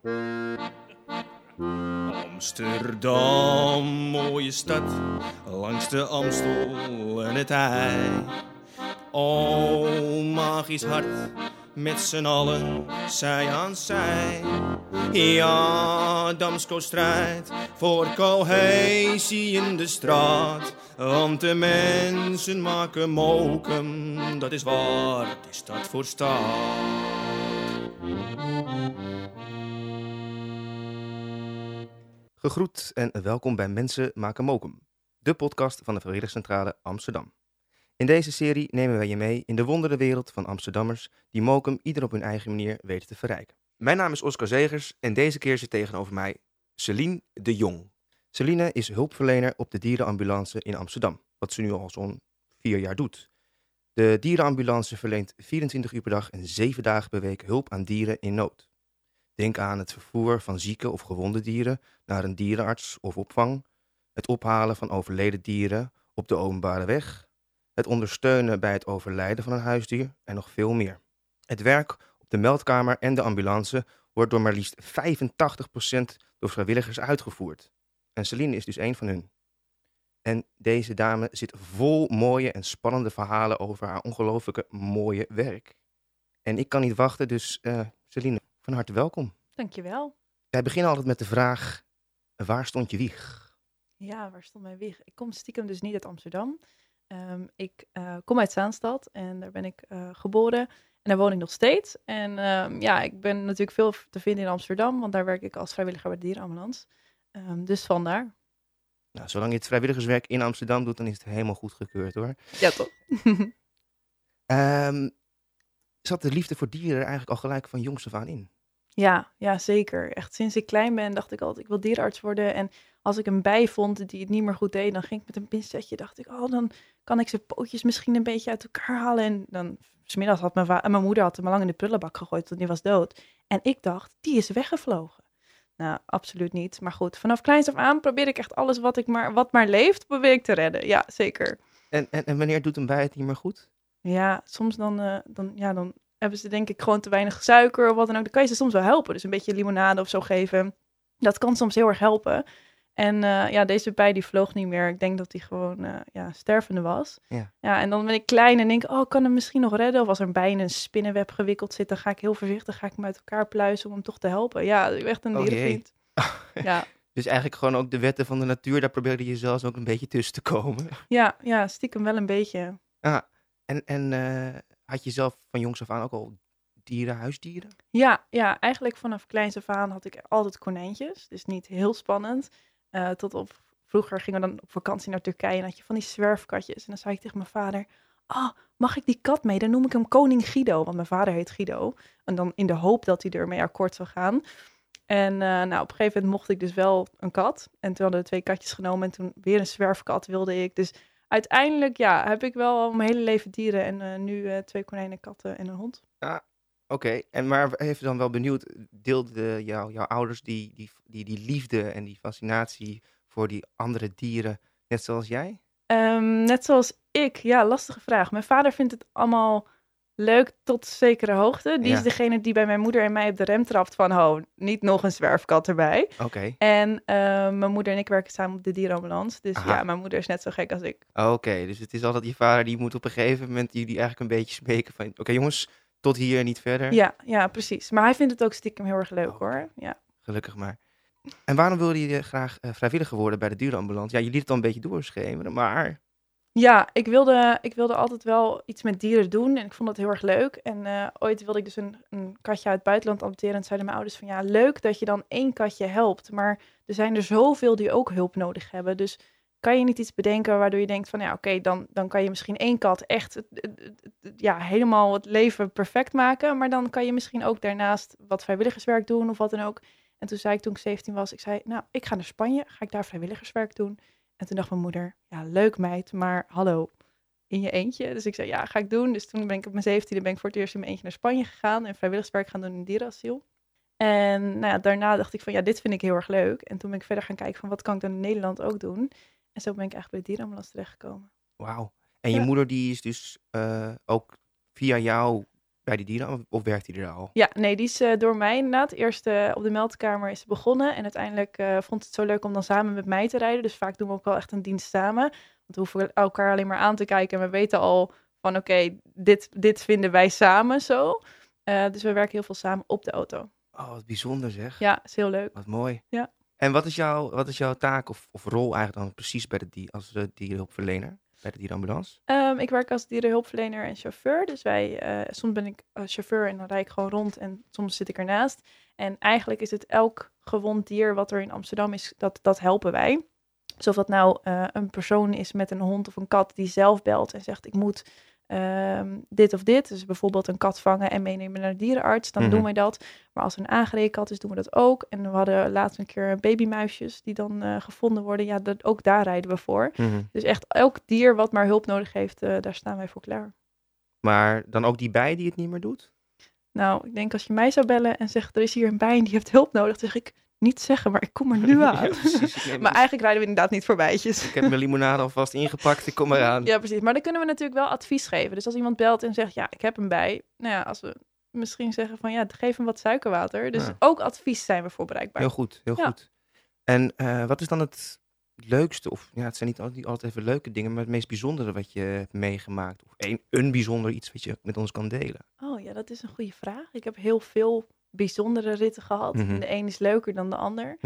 Amsterdam, mooie stad, langs de Amstel en het IJ. O, magisch hart, met z'n allen, zij aan zij. Ja, Damsko strijdt voor cohesie in de straat. Want de mensen maken mokum, dat is waar de stad voor staat. Gegroet en welkom bij Mensen maken mokum, de podcast van de Vrijwilligerscentrale Amsterdam. In deze serie nemen wij je mee in de wonderenwereld van Amsterdammers die mokum ieder op hun eigen manier weten te verrijken. Mijn naam is Oscar Zegers en deze keer zit tegenover mij Celine de Jong. Celine is hulpverlener op de dierenambulance in Amsterdam, wat ze nu al zo'n 4 jaar doet. De dierenambulance verleent 24 uur per dag en 7 dagen per week hulp aan dieren in nood. Denk aan het vervoer van zieke of gewonde dieren naar een dierenarts of opvang, het ophalen van overleden dieren op de openbare weg, het ondersteunen bij het overlijden van een huisdier en nog veel meer. Het werk op de meldkamer en de ambulance wordt door maar liefst 85% door vrijwilligers uitgevoerd. En Celine is dus een van hun. En deze dame zit vol mooie en spannende verhalen over haar ongelooflijke mooie werk. En ik kan niet wachten, dus Celine, van harte welkom. Dankjewel. Wij beginnen altijd met de vraag, waar stond je wieg? Ja, waar stond mijn wieg? Ik kom stiekem dus niet uit Amsterdam. Ik kom uit Zaanstad en daar ben ik geboren. En daar woon ik nog steeds. En ik ben natuurlijk veel te vinden in Amsterdam, want daar werk ik als vrijwilliger bij de dierenambulance. Dus vandaar. Nou, zolang je het vrijwilligerswerk in Amsterdam doet, dan is het helemaal goedgekeurd hoor. Ja, toch? Zat de liefde voor dieren er eigenlijk al gelijk van jongs af aan in? Ja, zeker. Echt sinds ik klein ben dacht ik altijd, ik wil dierenarts worden. En als ik een bij vond die het niet meer goed deed, dan ging ik met een pincetje, dacht ik, dan kan ik zijn pootjes misschien een beetje uit elkaar halen. En dan, 's middags had mijn moeder had hem al lang in de prullenbak gegooid, want die was dood. En ik dacht, die is weggevlogen. Nou, absoluut niet. Maar goed, vanaf kleins af aan probeer ik echt alles wat maar leeft, probeer ik te redden. Ja, zeker. En wanneer doet een bij het niet meer goed? Ja, soms dan hebben ze denk ik gewoon te weinig suiker of wat dan ook. Dan kan je ze soms wel helpen. Dus een beetje limonade of zo geven. Dat kan soms heel erg helpen. En deze bij die vloog niet meer. Ik denk dat die gewoon stervende was. Ja, en dan ben ik klein en denk, ik kan hem misschien nog redden. Of als er een bij in een spinnenweb gewikkeld zit, dan ga ik heel voorzichtig, ga ik hem uit elkaar pluizen om hem toch te helpen. Ja, ik ben echt een dierenvriend. Ja. Dus eigenlijk gewoon ook de wetten van de natuur, daar probeerde je zelfs ook een beetje tussen te komen. Ja, stiekem wel een beetje. En had je zelf van jongs af aan ook al dieren, huisdieren? Ja, eigenlijk vanaf kleins af aan had ik altijd konijntjes. Dus niet heel spannend. Tot op vroeger gingen we dan op vakantie naar Turkije en had je van die zwerfkatjes. En dan zei ik tegen mijn vader, mag ik die kat mee? Dan noem ik hem koning Guido, want mijn vader heet Guido. En dan in de hoop dat hij ermee akkoord zou gaan. En op een gegeven moment mocht ik dus wel een kat. En toen hadden we 2 katjes genomen en toen weer een zwerfkat wilde ik. Dus uiteindelijk heb ik wel al mijn hele leven dieren en nu 2 konijnen, katten en een hond. Oké. En maar even dan wel benieuwd, deelden jouw ouders die liefde en die fascinatie voor die andere dieren net zoals jij? Net zoals ik, lastige vraag. Mijn vader vindt het allemaal leuk tot zekere hoogte. Die is degene die bij mijn moeder en mij op de rem trapt van, niet nog een zwerfkat erbij. Oké. En mijn moeder en ik werken samen op de dierenambulance. Dus mijn moeder is net zo gek als ik. Oké, dus het is altijd je vader die moet op een gegeven moment jullie eigenlijk een beetje smeken van, oké, jongens, tot hier en niet verder. Ja, precies. Maar hij vindt het ook stiekem heel erg leuk hoor. Ja. Gelukkig maar. En waarom wilde je graag vrijwilliger worden bij de dierenambulance? Ja, je liet het al een beetje doorschemeren, maar... Ja, ik wilde altijd wel iets met dieren doen en ik vond dat heel erg leuk. En ooit wilde ik dus een katje uit het buitenland adopteren en zeiden mijn ouders van leuk dat je dan 1 katje helpt. Maar er zijn er zoveel die ook hulp nodig hebben. Dus kan je niet iets bedenken waardoor je denkt van dan kan je misschien 1 kat echt helemaal het leven perfect maken. Maar dan kan je misschien ook daarnaast wat vrijwilligerswerk doen of wat dan ook. En toen zei ik toen ik 17 was, ik ga naar Spanje, ga ik daar vrijwilligerswerk doen. En toen dacht mijn moeder, leuk meid, maar hallo, in je eentje? Dus ik zei, ga ik doen. Dus toen ben ik op mijn 17e voor het eerst in mijn eentje naar Spanje gegaan en vrijwilligerswerk gaan doen in een dierenasiel. En daarna dacht ik van, dit vind ik heel erg leuk. En toen ben ik verder gaan kijken van, wat kan ik dan in Nederland ook doen? En zo ben ik eigenlijk bij de dierenambulance terechtgekomen. Wauw. En je moeder die is dus ook via jou bij die dieren of werkt hij er al? Ja, nee, die is door mij inderdaad. Eerst op de meldkamer is ze begonnen. En uiteindelijk vond het zo leuk om dan samen met mij te rijden. Dus vaak doen we ook wel echt een dienst samen. Want we hoeven elkaar alleen maar aan te kijken. En we weten al van oké, dit vinden wij samen zo. Dus we werken heel veel samen op de auto. Oh, wat bijzonder zeg. Ja, is heel leuk. Wat mooi. Ja. En wat is jouw taak of rol eigenlijk dan precies bij als dierenhulpverlener? Bij de dierenambulance? Ik werk als dierenhulpverlener en chauffeur. Dus soms ben ik chauffeur en dan rijd ik gewoon rond en soms zit ik ernaast. En eigenlijk is het elk gewond dier wat er in Amsterdam is, dat helpen wij. Dus of dat nou een persoon is met een hond of een kat die zelf belt en zegt ik moet dit of dit. Dus bijvoorbeeld een kat vangen en meenemen naar de dierenarts, dan doen wij dat. Maar als er een aangereden kat is, doen we dat ook. En we hadden laatst een keer babymuisjes die dan gevonden worden. Ja, ook daar rijden we voor. Dus echt elk dier wat maar hulp nodig heeft, daar staan wij voor klaar. Maar dan ook die bij die het niet meer doet? Nou, ik denk als je mij zou bellen en zegt er is hier een bij en die heeft hulp nodig, dan zeg ik niet zeggen, maar ik kom er nu aan. Ja, precies. Maar eigenlijk rijden we inderdaad niet voor bijtjes. Ik heb mijn limonade alvast ingepakt, ik kom eraan. Ja, precies. Maar dan kunnen we natuurlijk wel advies geven. Dus als iemand belt en zegt, ja, ik heb hem bij. Nou ja, als we misschien zeggen van, ja, geef hem wat suikerwater. Dus ook advies zijn we voor bereikbaar. Heel goed, heel goed. En wat is dan het leukste, of ja, het zijn niet altijd even leuke dingen, maar het meest bijzondere wat je hebt meegemaakt? Of een bijzonder iets wat je met ons kan delen? Oh ja, dat is een goede vraag. Ik heb heel veel bijzondere ritten gehad. De een is leuker dan de ander.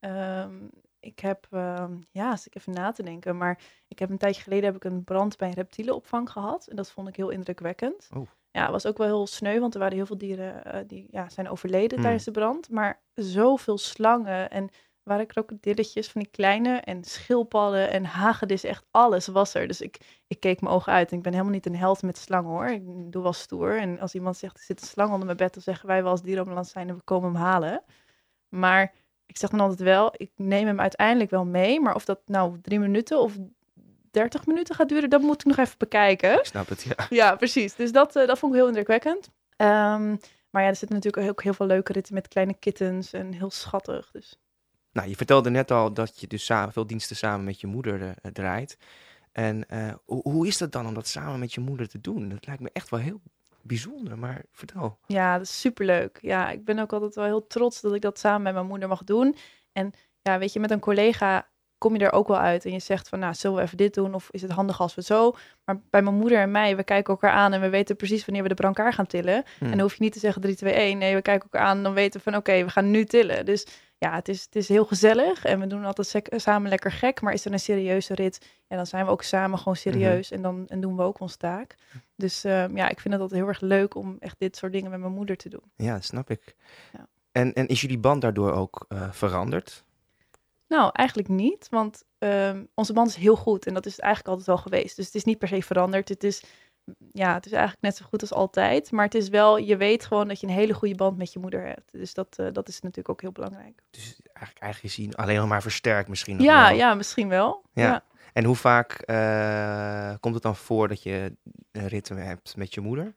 Ik heb, als ik even na te denken, maar ik heb een tijdje geleden heb ik een brand bij een reptielenopvang gehad. En dat vond ik heel indrukwekkend. Oh. Ja, het was ook wel heel sneu, want er waren heel veel dieren die zijn overleden tijdens de brand. Maar zoveel slangen en waren krokodilletjes van die kleine en schildpadden en hagedis, echt alles was er. Dus ik keek mijn ogen uit en ik ben helemaal niet een held met slangen hoor. Ik doe wel stoer. En als iemand zegt, er zit een slang onder mijn bed, dan zeggen wij wel als dierenambulance zijn en we komen hem halen. Maar ik zeg dan altijd wel, ik neem hem uiteindelijk wel mee. Maar of dat nou 3 minuten of 30 minuten gaat duren, dat moet ik nog even bekijken. Ik snap het, ja. Ja, precies. Dus dat vond ik heel indrukwekkend. Maar ja, er zitten natuurlijk ook heel veel leuke ritten met kleine kittens en heel schattig. Dus. Nou, je vertelde net al dat je dus veel diensten samen met je moeder draait. En hoe is dat dan om dat samen met je moeder te doen? Dat lijkt me echt wel heel bijzonder, maar vertel. Ja, dat is superleuk. Ja, ik ben ook altijd wel heel trots dat ik dat samen met mijn moeder mag doen. En ja, weet je, met een collega kom je er ook wel uit en je zegt van, nou, zullen we even dit doen of is het handig als we zo? Maar bij mijn moeder en mij, we kijken elkaar aan en we weten precies wanneer we de brancard gaan tillen. En dan hoef je niet te zeggen 3, 2, 1. Nee, we kijken elkaar aan en dan weten we van, oké, we gaan nu tillen. Dus ja, het is heel gezellig en we doen altijd samen lekker gek. Maar is er een serieuze rit, ja, dan zijn we ook samen gewoon serieus en doen we ook ons taak. Dus ik vind het altijd heel erg leuk om echt dit soort dingen met mijn moeder te doen. Ja, dat snap ik. Ja. En is jullie band daardoor ook veranderd? Nou, eigenlijk niet, want onze band is heel goed en dat is het eigenlijk altijd wel geweest. Dus het is niet per se veranderd. Het is eigenlijk net zo goed als altijd. Maar het is wel, je weet gewoon dat je een hele goede band met je moeder hebt. Dus dat is natuurlijk ook heel belangrijk. Dus eigenlijk gezien alleen nog maar versterkt misschien. Ja, misschien wel. Ja. En hoe vaak komt het dan voor dat je ritten hebt met je moeder?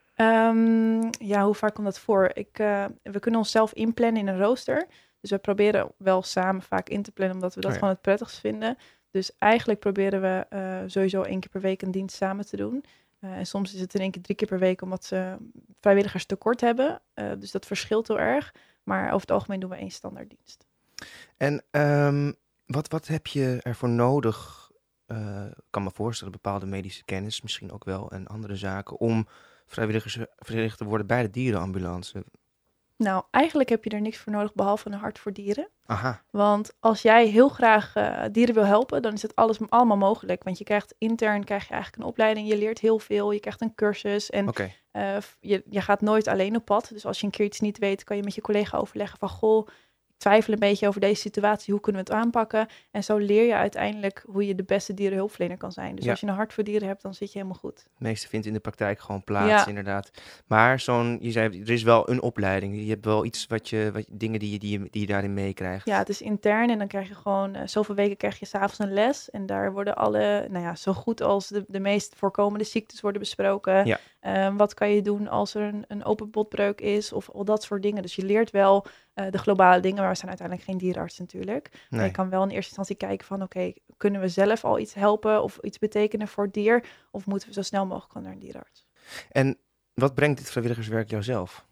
Hoe vaak komt dat voor? We kunnen onszelf inplannen in een rooster. Dus we proberen wel samen vaak in te plannen, omdat we dat gewoon het prettigst vinden. Dus eigenlijk proberen we sowieso 1 keer per week een dienst samen te doen. En soms is het in 1 keer 3 keer per week, omdat ze vrijwilligers tekort hebben. Dus dat verschilt heel erg. Maar over het algemeen doen we 1 standaarddienst. En wat heb je ervoor nodig? Ik kan me voorstellen, bepaalde medische kennis misschien ook wel en andere zaken, om vrijwilligers verricht te worden bij de dierenambulance. Nou, eigenlijk heb je er niks voor nodig behalve een hart voor dieren. Aha. Want als jij heel graag dieren wil helpen, dan is het allemaal mogelijk. Want je krijgt eigenlijk een opleiding, je leert heel veel, je krijgt een cursus en je gaat nooit alleen op pad. Dus als je een keer iets niet weet, kan je met je collega overleggen van, goh, ik twijfel een beetje over deze situatie, hoe kunnen we het aanpakken? En zo leer je uiteindelijk hoe je de beste dierenhulpverlener kan zijn. Dus als je een hart voor dieren hebt, dan zit je helemaal goed. Het meeste vindt in de praktijk gewoon plaats, inderdaad. Maar je zei, er is wel een opleiding. Je hebt wel iets dingen die je daarin meekrijgt. Ja, het is intern en dan krijg je gewoon, zoveel weken krijg je 's avonds een les. En daar worden alle, zo goed als de meest voorkomende ziektes worden besproken. Ja. Wat kan je doen als er een open botbreuk is of al dat soort dingen. Dus je leert wel de globale dingen, maar we zijn uiteindelijk geen dierenarts natuurlijk. Nee. Maar je kan wel in eerste instantie kijken van, oké, kunnen we zelf al iets helpen of iets betekenen voor het dier? Of moeten we zo snel mogelijk naar een dierenarts? En Wat brengt dit vrijwilligerswerk jouzelf?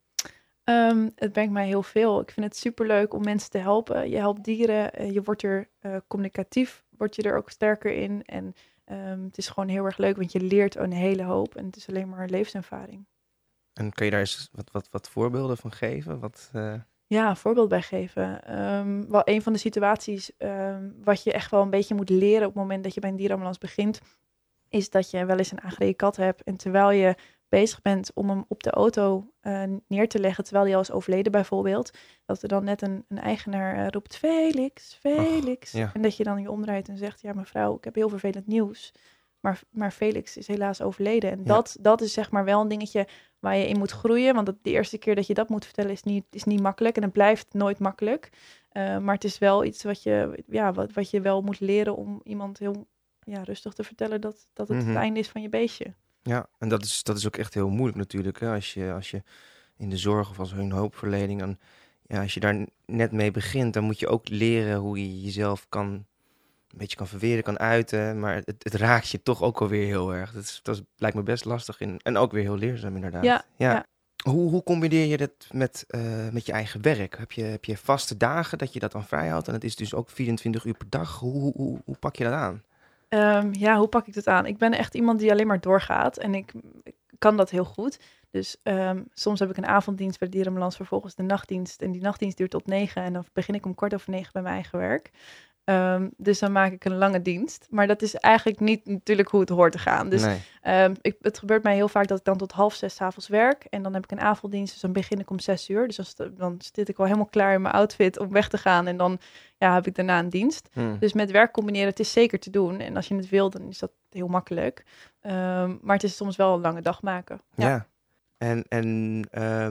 Het brengt mij heel veel. Ik vind het superleuk om mensen te helpen. Je helpt dieren, je wordt er communicatief, word je er ook sterker in. En het is gewoon heel erg leuk, want je leert een hele hoop. En het is alleen maar levenservaring. En kun je daar eens wat voorbeelden van geven? Ja, een voorbeeld bij geven. Wel een van de situaties wat je echt wel een beetje moet leren op het moment dat je bij een dierenambulance begint, is dat je wel eens een aangereden kat hebt. En terwijl je bezig bent om hem op de auto neer te leggen, terwijl hij al is overleden bijvoorbeeld, dat er dan net een eigenaar roept, Felix, Felix. Ja. En dat je dan je omdraait en zegt, ja mevrouw, ik heb heel vervelend nieuws. Maar Felix is helaas overleden. En dat is zeg maar wel een dingetje waar je in moet groeien. Want de eerste keer dat je dat moet vertellen is niet makkelijk. En het blijft nooit makkelijk. Maar het is wel iets wat je wel moet leren om iemand heel rustig te vertellen dat het het einde is van je beestje. Ja, en dat is ook echt heel moeilijk natuurlijk. Hè? Als je in de zorg of als hulpverlening, als je daar net mee begint, dan moet je ook leren hoe je jezelf een beetje kan verweren, kan uiten. Maar het raakt je toch ook alweer heel erg. Dat lijkt me best lastig en ook weer heel leerzaam inderdaad. Ja. Hoe combineer je dat met je eigen werk? Heb je vaste dagen dat je dat dan vrijhoudt? En het is dus ook 24 uur per dag. Hoe pak je dat aan? Hoe pak ik dat aan? Ik ben echt iemand die alleen maar doorgaat. En ik kan dat heel goed. Dus soms heb ik een avonddienst bij de dierenambulance, vervolgens de nachtdienst. En die nachtdienst duurt tot 9. En dan begin ik om 9:15 bij mijn eigen werk. Dus dan maak ik een lange dienst. Maar dat is eigenlijk niet natuurlijk hoe het hoort te gaan. Dus Nee. het gebeurt mij heel vaak dat ik dan tot 5:30 'avonds werk. En dan heb ik een avonddienst, dus dan begin ik om 6:00. Dus dan zit ik al helemaal klaar in mijn outfit om weg te gaan. En dan heb ik daarna een dienst. Dus met werk combineren, het is zeker te doen. En als je het wil, dan is dat heel makkelijk. Maar het is soms wel een lange dag maken. Ja. En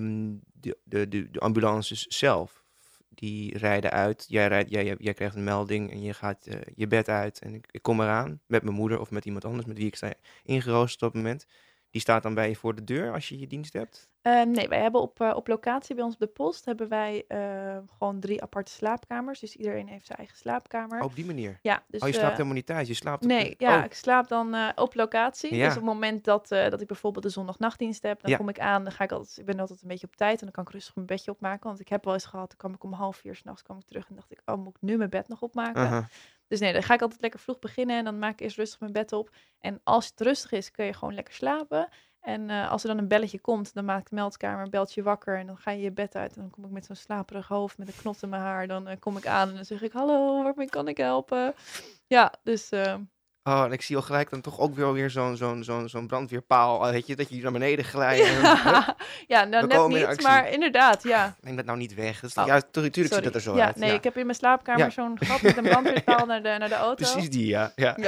de ambulances zelf, die rijden uit. Jij krijgt een melding en je gaat je bed uit. En ik kom eraan met mijn moeder of met iemand anders met wie ik sta ingeroosterd op het moment. Die staat dan bij je voor de deur als je je dienst hebt? Nee, wij hebben op locatie bij ons op de post hebben wij gewoon 3 aparte slaapkamers. Dus iedereen heeft zijn eigen slaapkamer. Op die manier? Ja, dus, je slaapt helemaal niet thuis? Je slaapt ik slaap dan op locatie. Ja. Dus op het moment dat ik bijvoorbeeld de zondagnachtdienst heb, dan kom ik aan, dan ik ben altijd een beetje op tijd en dan kan ik rustig mijn bedje opmaken. Want ik heb wel eens gehad, dan kwam ik om 3:30 's nachts terug en dacht ik, moet ik nu mijn bed nog opmaken? Dus nee, dan ga ik altijd lekker vroeg beginnen en dan maak ik eerst rustig mijn bed op. En als het rustig is, kun je gewoon lekker slapen. En als er dan een belletje komt, dan maakt de meldkamer, belt je wakker en dan ga je je bed uit. En dan kom ik met zo'n slaperig hoofd, met een knot in mijn haar. Dan kom ik aan en dan zeg ik, hallo, waarmee kan ik helpen? Ja, dus... en ik zie al gelijk dan toch ook weer zo'n brandweerpaal, weet je, dat je naar beneden glijdt. Ja, nou net niet, maar inderdaad, ja. Neem dat nou niet weg. Tuurlijk ziet dat er zo uit. Nee, ik heb in mijn slaapkamer zo'n gat met een brandweerpaal naar de auto. Precies die, ja.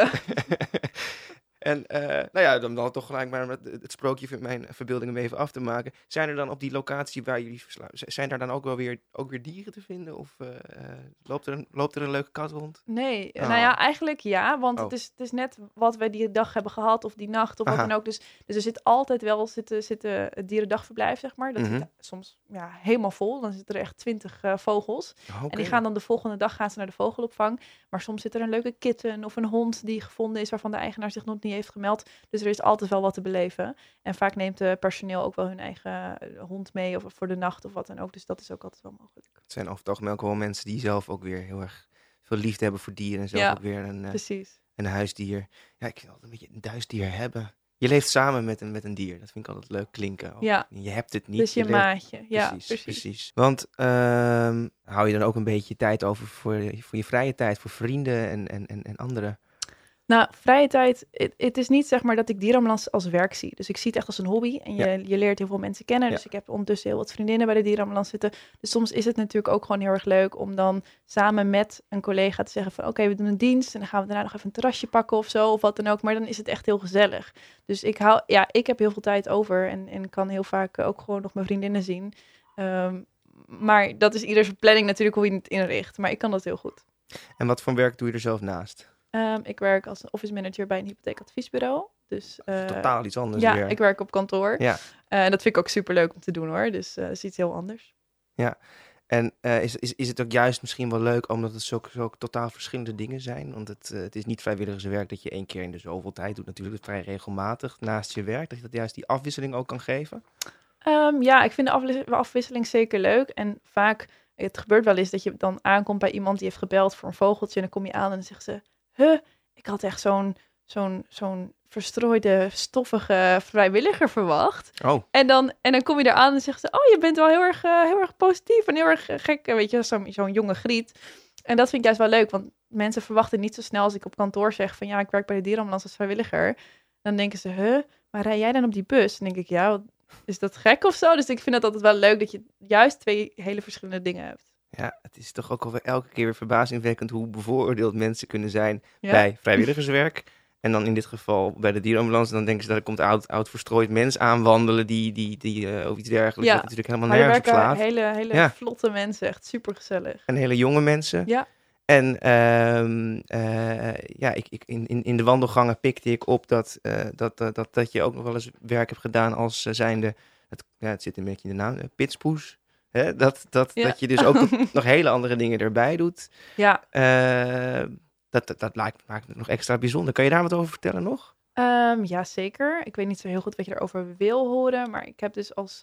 En dan toch gelijk maar met het sprookje van mijn verbeelding hem even af te maken. Zijn er dan op die locatie waar jullie zijn daar dan ook weer dieren te vinden? Of loopt er een leuke kat rond? Nee, eigenlijk ja, want het is net wat wij die dag hebben gehad of die nacht of wat dan ook. Dus er zit altijd wel het dierendagverblijf, zeg maar. Dat zit soms helemaal vol. Dan zitten er echt 20 vogels. Okay. En die gaan dan de volgende dag naar de vogelopvang. Maar soms zit er een leuke kitten of een hond die gevonden is waarvan de eigenaar zich nog niet heeft gemeld. Dus er is altijd wel wat te beleven. En vaak neemt het personeel ook wel hun eigen hond mee of voor de nacht of wat dan ook. Dus dat is ook altijd wel mogelijk. Het zijn over het algemeen ook wel mensen die zelf ook weer heel erg veel liefde hebben voor dieren. En zelf ook weer een huisdier. Ja, ik vind altijd een beetje een huisdier hebben. Je leeft samen met een dier. Dat vind ik altijd leuk klinken. Ook. Ja. Je hebt het niet. Dus je maatje. Ja, precies. Want hou je dan ook een beetje tijd over voor je vrije tijd, voor vrienden en anderen? Nou, vrije tijd, het is niet zeg maar dat ik dierenambulance als werk zie. Dus ik zie het echt als een hobby en je leert heel veel mensen kennen. Dus ik heb ondertussen heel wat vriendinnen bij de dierenambulance zitten. Dus soms is het natuurlijk ook gewoon heel erg leuk om dan samen met een collega te zeggen van oké, we doen een dienst en dan gaan we daarna nog even een terrasje pakken of zo of wat dan ook. Maar dan is het echt heel gezellig. Dus ik heb heel veel tijd over en kan heel vaak ook gewoon nog mijn vriendinnen zien. Maar dat is ieders planning natuurlijk hoe je het inricht. Maar ik kan dat heel goed. En wat voor werk doe je er zelf naast? Ik werk als office manager bij een hypotheekadviesbureau. Dus, totaal iets anders weer. Ik werk op kantoor. Ja. En dat vind ik ook superleuk om te doen hoor. Dus dat is iets heel anders. Ja. En is het ook juist misschien wel leuk omdat het zo totaal verschillende dingen zijn? Want het is niet vrijwilligerswerk dat je 1 keer in de zoveel tijd doet. Natuurlijk vrij regelmatig naast je werk. Dat je dat juist die afwisseling ook kan geven. Ja, ik vind de afwisseling zeker leuk. En vaak, het gebeurt wel eens dat je dan aankomt bij iemand die heeft gebeld voor een vogeltje. En dan kom je aan en dan zegt ze, ik had echt zo'n verstrooide, stoffige vrijwilliger verwacht. Oh, En dan kom je eraan en zegt ze, je bent wel heel erg positief en heel erg gek. Weet je, zo'n jonge griet. En dat vind ik juist wel leuk, want mensen verwachten niet zo snel als ik op kantoor zeg van, ja, ik werk bij de dierenambulance als vrijwilliger. Dan denken ze, maar rij jij dan op die bus? Dan denk ik, ja, is dat gek of zo? Dus ik vind het altijd wel leuk dat je juist 2 hele verschillende dingen hebt. ja, het is toch ook alweer elke keer weer verbazingwekkend hoe bevooroordeeld mensen kunnen zijn Ja. bij vrijwilligerswerk. En dan in dit geval bij de dierenambulance, dan denken ze dat er komt oud verstrooid mens aanwandelen die of iets dergelijks. Ja. Wat natuurlijk helemaal Maar er nergens op werken slaat. hele Ja. vlotte mensen, echt super gezellig. En hele jonge mensen. Ja. En in de wandelgangen pikte ik op dat je ook nog wel eens werk hebt gedaan als zijnde, het zit een beetje in de naam, pitspoes. Hè? Dat je dus ook nog hele andere dingen erbij doet. Ja. Dat maakt het nog extra bijzonder. Kan je daar wat over vertellen nog? Ja, zeker. Ik weet niet zo heel goed wat je erover wil horen, maar ik heb dus als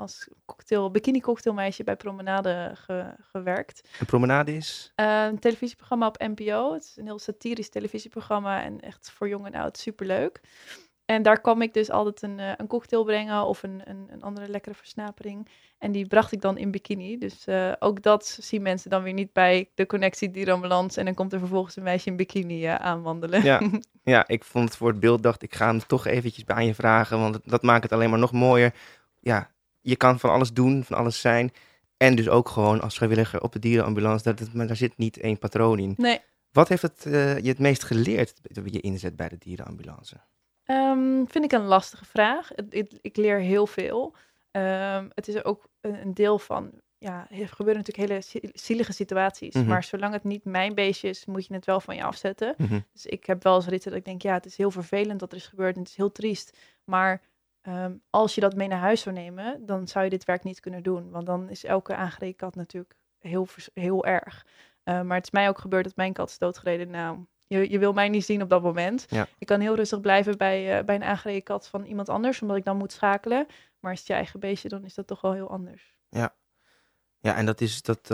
bikini cocktailmeisje bij Promenade gewerkt. Een promenade is? Een televisieprogramma op NPO. Het is een heel satirisch televisieprogramma en echt voor jong en oud superleuk. En daar kwam ik dus altijd een cocktail brengen of een andere lekkere versnapering. En die bracht ik dan in bikini. Dus ook dat zien mensen dan weer niet bij de connectie dierenambulance. En dan komt er vervolgens een meisje in bikini aanwandelen. Ja, ik vond het voor het beeld, dacht ik ga hem toch eventjes bij je vragen. Want dat maakt het alleen maar nog mooier. Ja, je kan van alles doen, van alles zijn. En dus ook gewoon als vrijwilliger op de dierenambulance. Maar daar zit niet één patroon in. Nee. Wat heeft je het meest geleerd dat je inzet bij de dierenambulance? Vind ik een lastige vraag. Ik leer heel veel. Het is ook een deel van, ja, er gebeuren natuurlijk hele zielige situaties. Mhm. Maar zolang het niet mijn beestje is, moet je het wel van je afzetten. Mhm. Dus ik heb wel eens ritten dat ik denk, ja, het is heel vervelend dat er is gebeurd en het is heel triest. Maar als je dat mee naar huis zou nemen, dan zou je dit werk niet kunnen doen. Want dan is elke aangereden kat natuurlijk heel erg. Maar het is mij ook gebeurd dat mijn kat is doodgereden. Nou, je wil mij niet zien op dat moment. Ja. Ik kan heel rustig blijven bij een aangereden kat van iemand anders, omdat ik dan moet schakelen. Maar is het je eigen beestje, dan is dat toch wel heel anders. Ja, en dat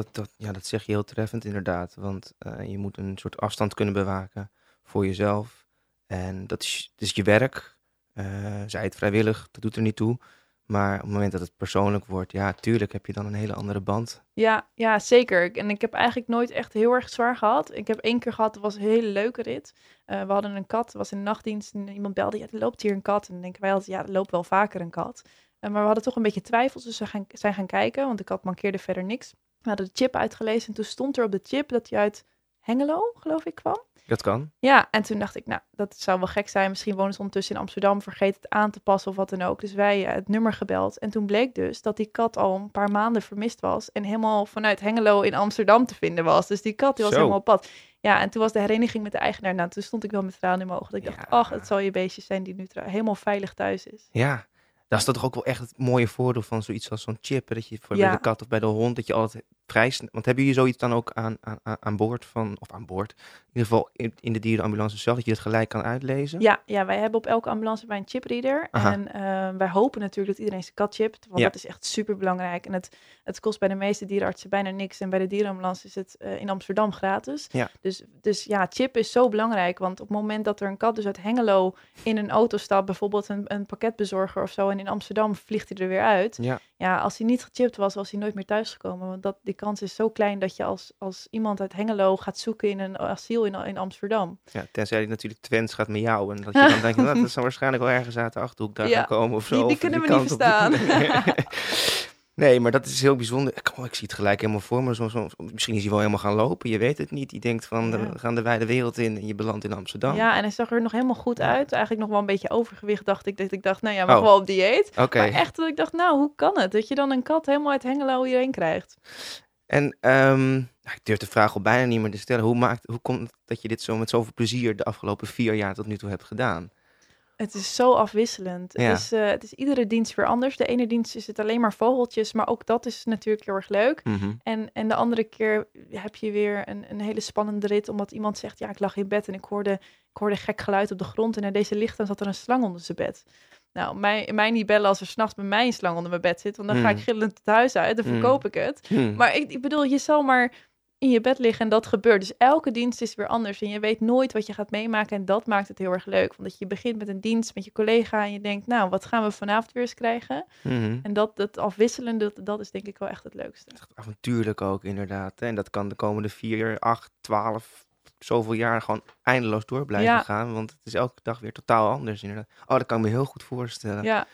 zeg je heel treffend inderdaad. Want je moet een soort afstand kunnen bewaken voor jezelf. En dat is je werk. Zij het vrijwillig, dat doet er niet toe. Maar op het moment dat het persoonlijk wordt, ja, tuurlijk heb je dan een hele andere band. Ja, zeker. En ik heb eigenlijk nooit echt heel erg zwaar gehad. Ik heb 1 keer gehad, dat was een hele leuke rit. We hadden een kat, het was in de nachtdienst en iemand belde, ja, er loopt hier een kat. En dan denken wij altijd, ja, er loopt wel vaker een kat. Maar we hadden toch een beetje twijfels, dus we zijn gaan kijken, want de kat mankeerde verder niks. We hadden de chip uitgelezen en toen stond er op de chip dat hij uit Hengelo, geloof ik, kwam. Dat kan. Ja, en toen dacht ik, nou, dat zou wel gek zijn. Misschien wonen ze ondertussen in Amsterdam, vergeet het aan te passen of wat dan ook. Dus wij het nummer gebeld. En toen bleek dus dat die kat al een paar maanden vermist was en helemaal vanuit Hengelo in Amsterdam te vinden was. Dus die kat die was Zo. helemaal op pad. Ja, en toen was de hereniging met de eigenaar. Nou, toen stond ik wel met tranen in mijn ogen. Dat ik dacht, Ja. ach, het zal je beestje zijn die nu helemaal veilig thuis is. Ja, dat is toch ook wel echt het mooie voordeel van zoiets als zo'n chip. Hè? Dat je bij Ja. de kat of bij de hond, dat je altijd vrij snel... Want hebben jullie zoiets dan ook aan boord van... Of aan boord, in ieder geval in de dierenambulance zelf, dat je het gelijk kan uitlezen? Ja, wij hebben op elke ambulance bij een chipreader. Aha. En wij hopen natuurlijk dat iedereen zijn kat chipt. Want Ja. dat is echt super belangrijk. En het kost bij de meeste dierenartsen bijna niks. En bij de dierenambulance is het in Amsterdam gratis. Ja. Dus ja, chip is zo belangrijk. Want op het moment dat er een kat dus uit Hengelo in een auto stapt, bijvoorbeeld een pakketbezorger of zo, en in Amsterdam vliegt hij er weer uit. Ja. Ja, als hij niet gechipt was hij nooit meer thuisgekomen. Want die kans is zo klein dat je als iemand uit Hengelo gaat zoeken in een asiel in Amsterdam. Ja, tenzij hij natuurlijk Twents gaat miauwen. En dat je dan denkt, nou, dat zal waarschijnlijk wel ergens uit de Achterhoek daar Ja, gaan komen of zo. die of kunnen we kant niet op. verstaan. Nee, maar dat is heel bijzonder. Ik zie het gelijk helemaal voor me. Misschien is hij wel helemaal gaan lopen, je weet het niet. Die denkt van, Ja. we gaan de wijde wereld in en je belandt in Amsterdam. Ja, en hij zag er nog helemaal goed Ja. uit. Eigenlijk nog wel een beetje overgewicht, dacht ik. Dat ik dacht, nou ja, mag Oh. wel op dieet. Oké. Maar echt dat ik dacht, nou, hoe kan het? Dat je dan een kat helemaal uit Hengelo hierheen krijgt. En ik durf de vraag al bijna niet meer te stellen. Hoe komt het dat je dit zo met zoveel plezier de afgelopen 4 jaar tot nu toe hebt gedaan? Het is zo afwisselend. Ja. Het is iedere dienst weer anders. De ene dienst is het alleen maar vogeltjes, maar ook dat is natuurlijk heel erg leuk. Mhm. En de andere keer heb je weer een hele spannende rit, omdat iemand zegt, ja, ik lag in bed en ik hoorde gek geluid op de grond en naar deze licht dan zat er een slang onder zijn bed. Nou, mij niet bellen als er 's nachts bij mij een slang onder mijn bed zit, want dan ga ik gillend het huis uit, dan verkoop ik het. Maar ik bedoel, je zal maar in je bed liggen en dat gebeurt. Dus elke dienst is weer anders en je weet nooit wat je gaat meemaken en dat maakt het heel erg leuk. Omdat je begint met een dienst met je collega en je denkt, nou, wat gaan we vanavond weer eens krijgen? En dat afwisselende, dat is denk ik wel echt het leukste. Echt avontuurlijk ook, inderdaad. Hè? En dat kan de komende 4, 8, 12, zoveel jaar gewoon eindeloos door blijven gaan. Want het is elke dag weer totaal anders, inderdaad. Oh, dat kan ik me heel goed voorstellen. Ja.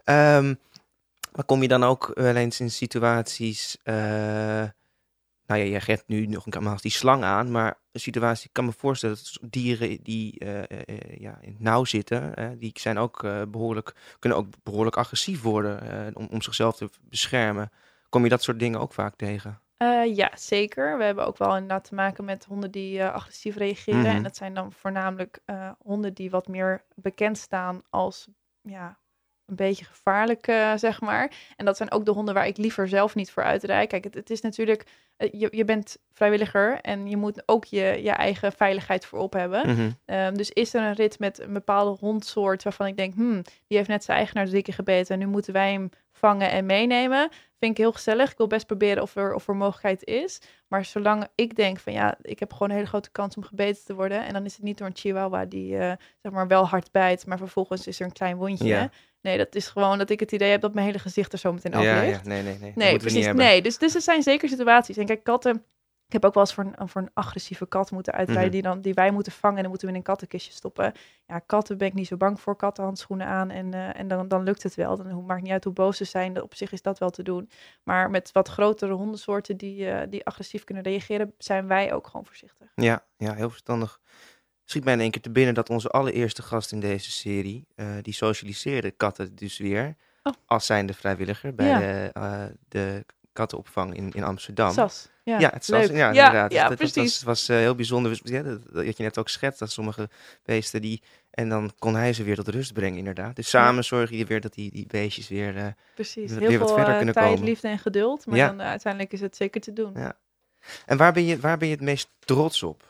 Maar kom je dan ook wel eens in situaties... Nou ja, je geeft nu nog een keer die slang aan, maar een situatie, ik kan me voorstellen dat dieren die in het nauw zitten, die zijn ook kunnen ook behoorlijk agressief worden om zichzelf te beschermen. Kom je dat soort dingen ook vaak tegen? Ja, zeker. We hebben ook wel inderdaad te maken met honden die agressief reageren. En dat zijn dan voornamelijk honden die wat meer bekend staan als een beetje gevaarlijk, zeg maar. En dat zijn ook de honden waar ik liever zelf niet voor uitrijd. Kijk, het is natuurlijk... Je bent vrijwilliger en je moet ook je eigen veiligheid voorop hebben. Dus is er een rit met een bepaalde hondsoort waarvan ik denk... die heeft net zijn eigenaar de dikke gebeten en nu moeten wij hem vangen en meenemen. Vind ik heel gezellig. Ik wil best proberen of er mogelijkheid is. Maar zolang ik denk van ik heb gewoon een hele grote kans om gebeten te worden. En dan is het niet door een chihuahua die zeg maar wel hard bijt, maar vervolgens is er een klein wondje. Ja. Nee, dat is gewoon dat ik het idee heb dat mijn hele gezicht er zo meteen af ligt. Nee. Nee, precies. Nee, dus er zijn zeker situaties. En kijk, katten... Ik heb ook wel eens voor een agressieve kat moeten uitrijden die wij moeten vangen en dan moeten we in een kattenkistje stoppen. Ja, katten ben ik niet zo bang voor. Kattenhandschoenen aan en dan lukt het wel. Dan maakt niet uit hoe boos ze zijn. Op zich is dat wel te doen. Maar met wat grotere hondensoorten die agressief kunnen reageren, zijn wij ook gewoon voorzichtig. Ja, heel verstandig. Schiet mij in één keer te binnen dat onze allereerste gast in deze serie, die socialiseerde katten dus weer, als zijnde vrijwilliger bij de kattenopvang in Amsterdam. SAS. Ja, het leuk. Ja, inderdaad. Ja, dat was heel bijzonder. Dat je net ook schetst, dat sommige beesten en dan kon hij ze weer tot rust brengen, inderdaad. Dus samen zorg je weer dat die beestjes weer, precies. weer Heel wat veel verder kunnen tijd, komen. liefde en geduld. Maar dan uiteindelijk is het zeker te doen. Ja. En waar ben je het meest trots op?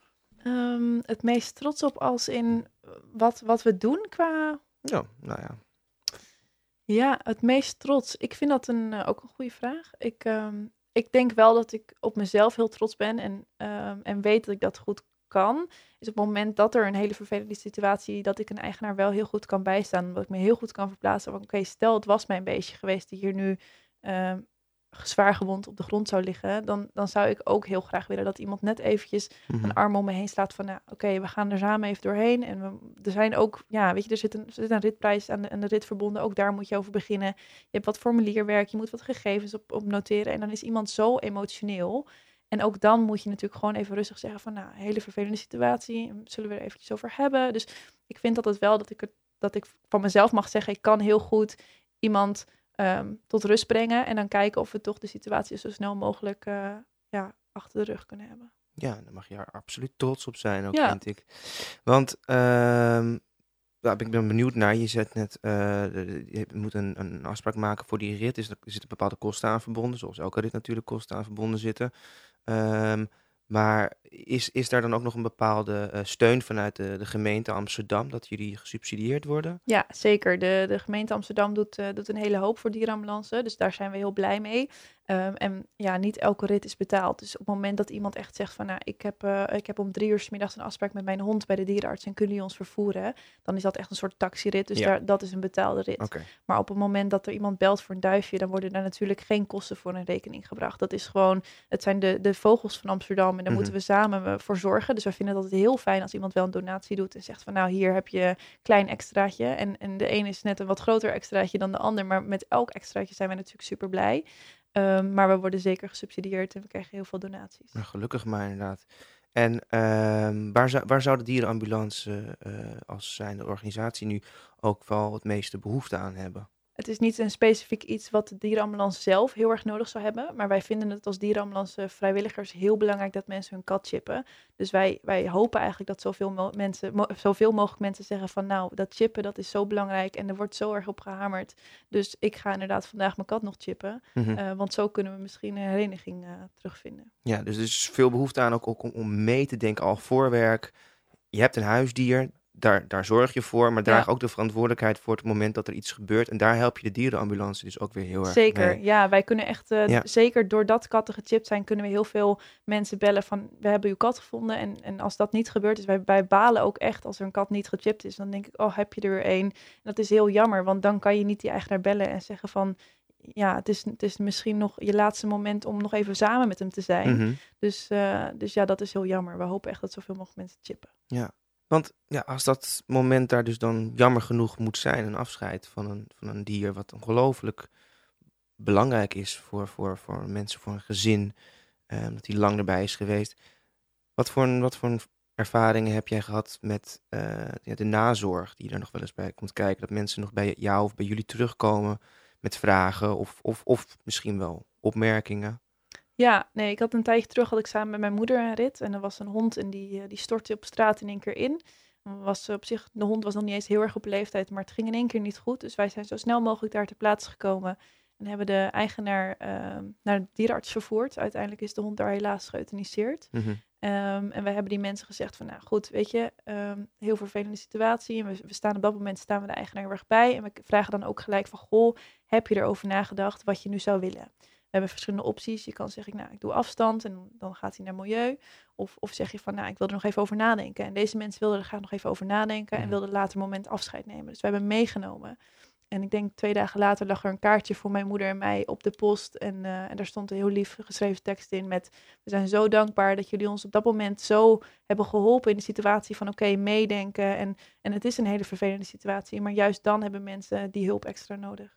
Het meest trots op als in wat we doen qua... Ja, nou ja. Ja, het meest trots. Ik vind dat ook een goede vraag. Ik denk wel dat ik op mezelf heel trots ben en weet dat ik dat goed kan. Is op het moment dat er een hele vervelende situatie, dat ik een eigenaar wel heel goed kan bijstaan. Omdat ik me heel goed kan verplaatsen. Oké, stel het was mijn beestje geweest die hier nu zwaar gewond op de grond zou liggen. Dan zou ik ook heel graag willen dat iemand net eventjes een arm om me heen slaat van, nou, oké, we gaan er samen even doorheen. En er zijn ook, weet je, er zit een ritprijs aan de rit verbonden. Ook daar moet je over beginnen. Je hebt wat formulierwerk, je moet wat gegevens op noteren. En dan is iemand zo emotioneel. En ook dan moet je natuurlijk gewoon even rustig zeggen van, nou, hele vervelende situatie. Zullen we er eventjes over hebben? Dus ik vind altijd wel dat ik van mezelf mag zeggen, ik kan heel goed iemand tot rust brengen en dan kijken of we toch de situatie zo snel mogelijk achter de rug kunnen hebben. Ja, daar mag je er absoluut trots op zijn ook, Ja. vind ik. Want ik ben benieuwd naar, je zet net, je moet een afspraak maken voor die rit. Er zitten bepaalde kosten aan verbonden, zoals elke rit natuurlijk kosten aan verbonden zitten. Maar is daar dan ook nog een bepaalde steun vanuit de gemeente Amsterdam, dat jullie gesubsidieerd worden? Ja, zeker. De gemeente Amsterdam doet een hele hoop voor dierenambulance, dus daar zijn we heel blij mee. En ja, niet elke rit is betaald. Dus op het moment dat iemand echt zegt van, nou, ik heb om 3 uur 's middags een afspraak met mijn hond bij de dierenarts en kunnen jullie ons vervoeren, dan is dat echt een soort taxirit. Dus dat is een betaalde rit. Okay. Maar op het moment dat er iemand belt voor een duifje, dan worden daar natuurlijk geen kosten voor in rekening gebracht. Dat is gewoon, het zijn de vogels van Amsterdam en daar moeten we samen voor zorgen. Dus wij vinden het altijd heel fijn als iemand wel een donatie doet en zegt van, nou, hier heb je een klein extraatje. En de ene is net een wat groter extraatje dan de ander, maar met elk extraatje zijn wij natuurlijk super blij. Maar we worden zeker gesubsidieerd en we krijgen heel veel donaties. Nou, gelukkig maar inderdaad. En waar zou de dierenambulance als zijnde organisatie nu ook wel het meeste behoefte aan hebben? Het is niet een specifiek iets wat de dierenambulance zelf heel erg nodig zou hebben. Maar wij vinden het als dierenambulance vrijwilligers heel belangrijk dat mensen hun kat chippen. Dus wij hopen eigenlijk dat zoveel mogelijk mensen zeggen van nou, dat chippen dat is zo belangrijk en er wordt zo erg op gehamerd. Dus ik ga inderdaad vandaag mijn kat nog chippen. Want zo kunnen we misschien een hereniging terugvinden. Ja, dus er is veel behoefte aan ook om mee te denken al voorwerk. Je hebt een huisdier, daar zorg je voor, maar draag ook de verantwoordelijkheid voor het moment dat er iets gebeurt. En daar help je de dierenambulance dus ook weer heel erg Zeker, mee. ja, wij kunnen echt, zeker doordat katten gechipt zijn, kunnen we heel veel mensen bellen van, we hebben uw kat gevonden. En als dat niet gebeurt, dus wij balen ook echt als er een kat niet gechipt is. Dan denk ik, oh, heb je er weer één? En dat is heel jammer, want dan kan je niet die eigenaar bellen en zeggen van, ja, het is misschien nog je laatste moment om nog even samen met hem te zijn. Dus ja, dat is heel jammer. We hopen echt dat zoveel mogelijk mensen chippen. Ja. Want ja, als dat moment daar dus dan jammer genoeg moet zijn, een afscheid van een dier wat ongelooflijk belangrijk is voor mensen, voor een gezin, dat hij lang erbij is geweest. Wat voor ervaringen heb jij gehad met de nazorg die er nog wel eens bij komt kijken? Dat mensen nog bij jou of bij jullie terugkomen met vragen of misschien wel opmerkingen? Ja, nee, ik had een tijdje terug, had ik samen met mijn moeder een rit. En er was een hond en die stortte op straat in één keer in. De hond was nog niet eens heel erg op leeftijd, maar het ging in één keer niet goed. Dus wij zijn zo snel mogelijk daar ter plaatse gekomen. En hebben de eigenaar naar de dierenarts vervoerd. Uiteindelijk is de hond daar helaas geëuthaniseerd. En wij hebben die mensen gezegd van, nou goed, weet je, heel vervelende situatie. En we staan op dat moment, staan we de eigenaar heel erg bij. En we vragen dan ook gelijk van, goh, heb je erover nagedacht wat je nu zou willen? We hebben verschillende opties. Je kan zeggen, nou, ik doe afstand en dan gaat hij naar milieu. Of zeg je van, nou, ik wil er nog even over nadenken. En deze mensen wilden er graag nog even over nadenken en wilden later moment afscheid nemen. Dus we hebben hem meegenomen. En ik denk 2 dagen later lag er een kaartje voor mijn moeder en mij op de post. En daar stond een heel lief geschreven tekst in met, we zijn zo dankbaar dat jullie ons op dat moment zo hebben geholpen in de situatie van oké, meedenken. En het is een hele vervelende situatie, maar juist dan hebben mensen die hulp extra nodig.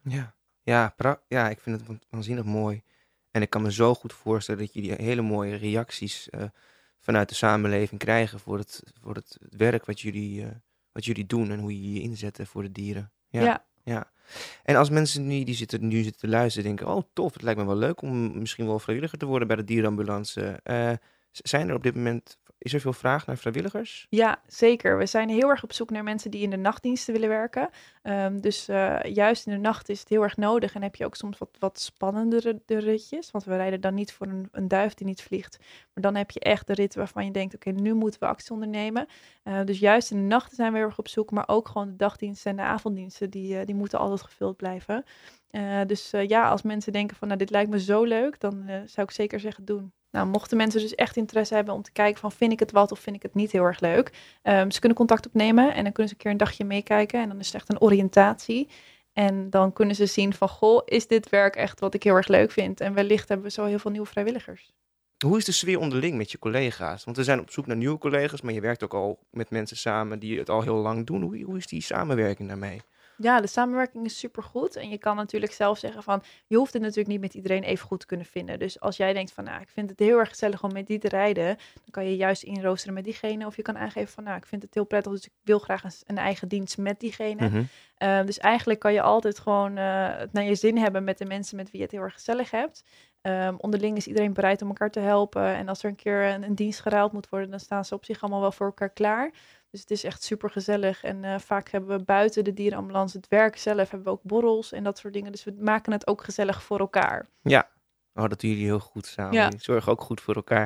Ja, ik vind het waanzinnig mooi. En ik kan me zo goed voorstellen dat jullie hele mooie reacties vanuit de samenleving krijgen voor het werk wat jullie doen en hoe je je inzetten voor de dieren. Ja. En als mensen nu zitten te luisteren denken, oh tof, het lijkt me wel leuk om misschien wel vrijwilliger te worden bij de dierenambulance. Zijn er op dit moment, is er veel vraag naar vrijwilligers? Ja, zeker. We zijn heel erg op zoek naar mensen die in de nachtdiensten willen werken. Dus juist in de nacht is het heel erg nodig. En heb je ook soms wat spannendere ritjes. Want we rijden dan niet voor een duif die niet vliegt. Maar dan heb je echt de ritten waarvan je denkt, oké, nu moeten we actie ondernemen. Dus juist in de nachten zijn we heel erg op zoek. Maar ook gewoon de dagdiensten en de avonddiensten, die moeten altijd gevuld blijven. Dus als mensen denken van, nou, dit lijkt me zo leuk, dan zou ik zeker zeggen, doen. Nou, mochten mensen dus echt interesse hebben om te kijken van, vind ik het wat of vind ik het niet heel erg leuk. Ze kunnen contact opnemen en dan kunnen ze een keer een dagje meekijken. En dan is het echt een oriëntatie. En dan kunnen ze zien van, goh, is dit werk echt wat ik heel erg leuk vind? En wellicht hebben we zo heel veel nieuwe vrijwilligers. Hoe is de sfeer onderling met je collega's? Want we zijn op zoek naar nieuwe collega's, maar je werkt ook al met mensen samen die het al heel lang doen. Hoe is die samenwerking daarmee? Ja, de samenwerking is supergoed. En je kan natuurlijk zelf zeggen van, je hoeft het natuurlijk niet met iedereen even goed te kunnen vinden. Dus als jij denkt van, nou, ik vind het heel erg gezellig om met die te rijden, dan kan je juist inroosteren met diegene. Of je kan aangeven van, nou, ik vind het heel prettig, dus ik wil graag een eigen dienst met diegene. Dus eigenlijk kan je altijd gewoon het naar je zin hebben met de mensen met wie je het heel erg gezellig hebt. Onderling is iedereen bereid om elkaar te helpen. En als er een keer een dienst geruild moet worden, dan staan ze op zich allemaal wel voor elkaar klaar. Dus het is echt super gezellig. En vaak hebben we buiten de dierenambulance het werk zelf, hebben we ook borrels en dat soort dingen. Dus we maken het ook gezellig voor elkaar. Ja, dat doen jullie heel goed samen. Ja. Jullie zorgen ook goed voor elkaar.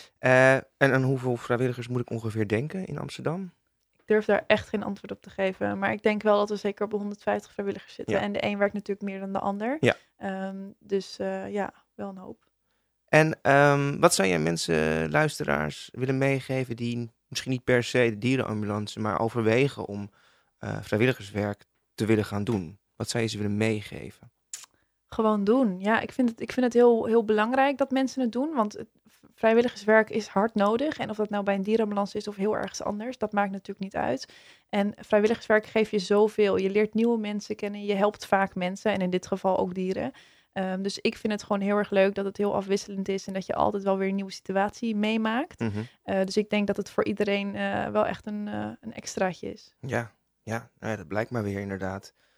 En aan hoeveel vrijwilligers moet ik ongeveer denken in Amsterdam? Ik durf daar echt geen antwoord op te geven. Maar ik denk wel dat we zeker op 150 vrijwilligers zitten. Ja. En de een werkt natuurlijk meer dan de ander. Ja. Dus wel een hoop. En wat zou jij mensen, luisteraars, willen meegeven die misschien niet per se de dierenambulance, maar overwegen om vrijwilligerswerk te willen gaan doen? Wat zou je ze willen meegeven? Gewoon doen. Ja, ik vind het heel, heel belangrijk dat mensen het doen. Want vrijwilligerswerk is hard nodig. En of dat nou bij een dierenambulance is of heel ergens anders, dat maakt natuurlijk niet uit. En vrijwilligerswerk geeft je zoveel. Je leert nieuwe mensen kennen. Je helpt vaak mensen. En in dit geval ook dieren. Dus ik vind het gewoon heel erg leuk dat het heel afwisselend is. En dat je altijd wel weer een nieuwe situatie meemaakt. Dus ik denk dat het voor iedereen wel echt een extraatje is. Ja, dat blijkt maar weer inderdaad.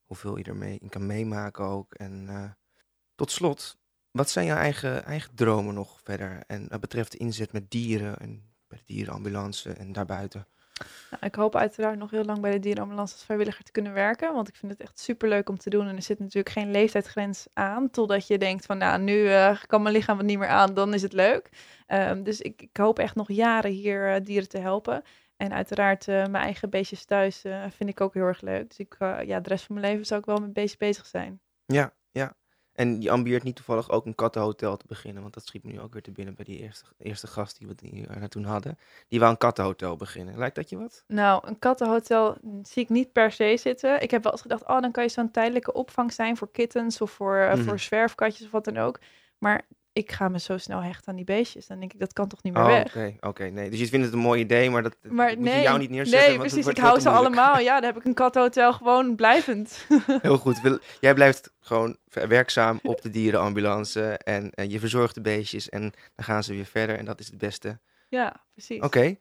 hoeveel je ermee in kan meemaken ook. En tot slot, wat zijn jouw eigen dromen nog verder? En wat betreft de inzet met dieren en bij de dierenambulance en daarbuiten? Nou, ik hoop uiteraard nog heel lang bij de dierenambulance als vrijwilliger te kunnen werken. Want ik vind het echt superleuk om te doen. En er zit natuurlijk geen leeftijdsgrens aan. Totdat je denkt van nou, nu kan mijn lichaam het niet meer aan. Dan is het leuk. Dus ik hoop echt nog jaren hier dieren te helpen. En uiteraard mijn eigen beestjes thuis vind ik ook heel erg leuk. Dus de rest van mijn leven zou ik wel met beestjes bezig zijn. Ja, ja. En je ambieert niet toevallig ook een kattenhotel te beginnen? Want dat schiet me nu ook weer te binnen bij die eerste gast die we hier toen hadden. Die wou een kattenhotel beginnen. Lijkt dat je wat? Nou, een kattenhotel zie ik niet per se zitten. Ik heb wel eens gedacht, dan kan je zo'n tijdelijke opvang zijn voor kittens of voor zwerfkatjes of wat dan ook. Maar ik ga me zo snel hechten aan die beestjes. Dan denk ik, dat kan toch niet meer weg? Oké. Nee. Dus je vindt het een mooi idee, maar dat moet nee, je jou niet neerzetten. Nee, precies. Ik hou ze allemaal. Ja, dan heb ik een kattenhotel gewoon blijvend. Heel goed. Jij blijft gewoon werkzaam op de dierenambulance en je verzorgt de beestjes en dan gaan ze weer verder en dat is het beste. Ja, precies. Oké.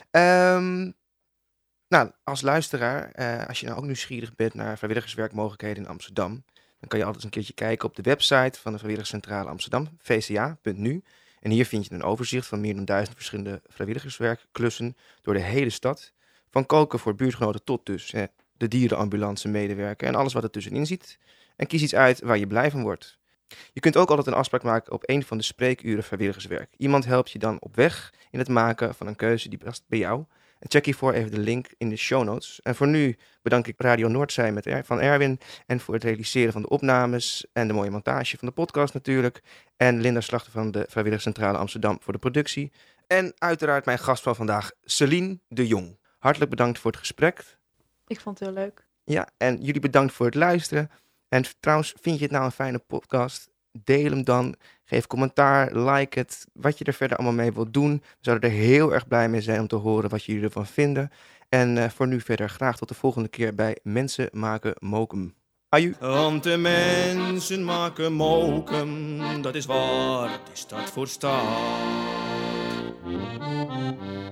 Nou, als luisteraar, als je nou ook nieuwsgierig bent naar vrijwilligerswerkmogelijkheden in Amsterdam, dan kan je altijd eens een keertje kijken op de website van de Vrijwilligerscentrale Amsterdam, vca.nu. En hier vind je een overzicht van meer dan 1000 verschillende vrijwilligerswerkklussen door de hele stad. Van koken voor buurtgenoten tot dus de dierenambulance medewerken en alles wat er tussenin zit. En kies iets uit waar je blij van wordt. Je kunt ook altijd een afspraak maken op een van de spreekuren vrijwilligerswerk. Iemand helpt je dan op weg in het maken van een keuze die past bij jou. En check hiervoor even de link in de show notes. En voor nu bedank ik Radio Noordzij van Erwin en voor het realiseren van de opnames en de mooie montage van de podcast natuurlijk. En Linda Slachter van de Vrijwilligerscentrale Amsterdam voor de productie. En uiteraard mijn gast van vandaag, Celine de Jong. Hartelijk bedankt voor het gesprek. Ik vond het heel leuk. Ja, en jullie bedankt voor het luisteren. En trouwens, vind je het nou een fijne podcast? Deel hem dan. Geef commentaar, like het. Wat je er verder allemaal mee wilt doen. We zouden er heel erg blij mee zijn om te horen wat jullie ervan vinden. En voor nu verder graag tot de volgende keer bij Mensen Maken Mokum. Aju. Want de mensen maken mokum, dat is waar, het is dat voor staat.